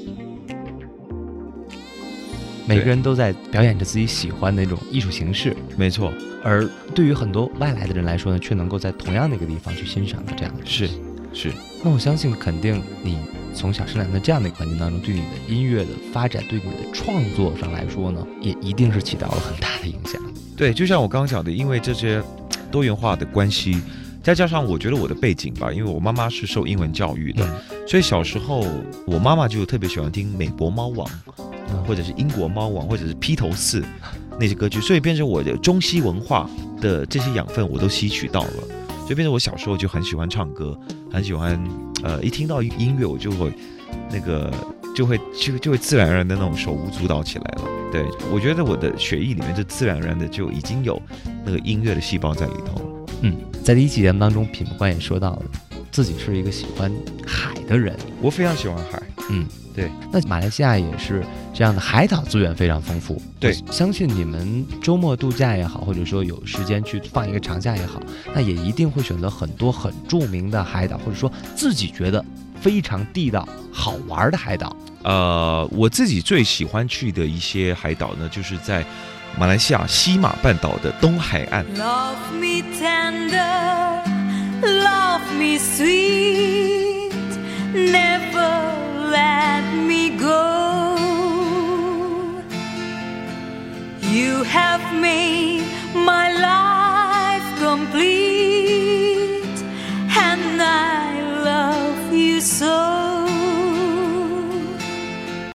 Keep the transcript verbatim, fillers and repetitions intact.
每个人都在表演着自己喜欢的那种艺术形式， 没错。 而对于很多外来的人来说呢，却能够在同样的一个地方去欣赏到这样的东西。 是是。 那我相信，肯定你从小生长在这样的一个环境当中，对你的音乐的发展，对你的创作上来说呢，也一定是起到了很大的影响。 对，就像我刚刚讲的，因为这些多元化的关系，再加上我觉得我的背景吧，因为我妈妈是受英文教育的，嗯、所以小时候我妈妈就特别喜欢听美国猫王。或者是英国猫王，或者是披头士那些歌剧，所以变成我的中西文化的这些养分我都吸取到了，所以变成我小时候就很喜欢唱歌，很喜欢呃，一听到音乐我就会那个就会就就会自然而然的那种手舞足蹈起来了。对，我觉得我的血液里面就自然而然的就已经有那个音乐的细胞在里头了。 嗯，在第一期节目当中，品官也说到了自己是一个喜欢海的人， 我非常喜欢海。 嗯。 对， 那马来西亚也是这样的，海岛资源非常丰富。 对， 相信你们周末度假也好，或者说有时间去放一个长假也好，那也一定会选择很多很著名的海岛，或者说自己觉得非常地道、好玩的海岛。 呃，我自己最喜欢去的一些海岛呢，就是在马来西亚西马半岛的东海岸。 Love me tender, love me sweet, never.Let me go. You have made my life complete.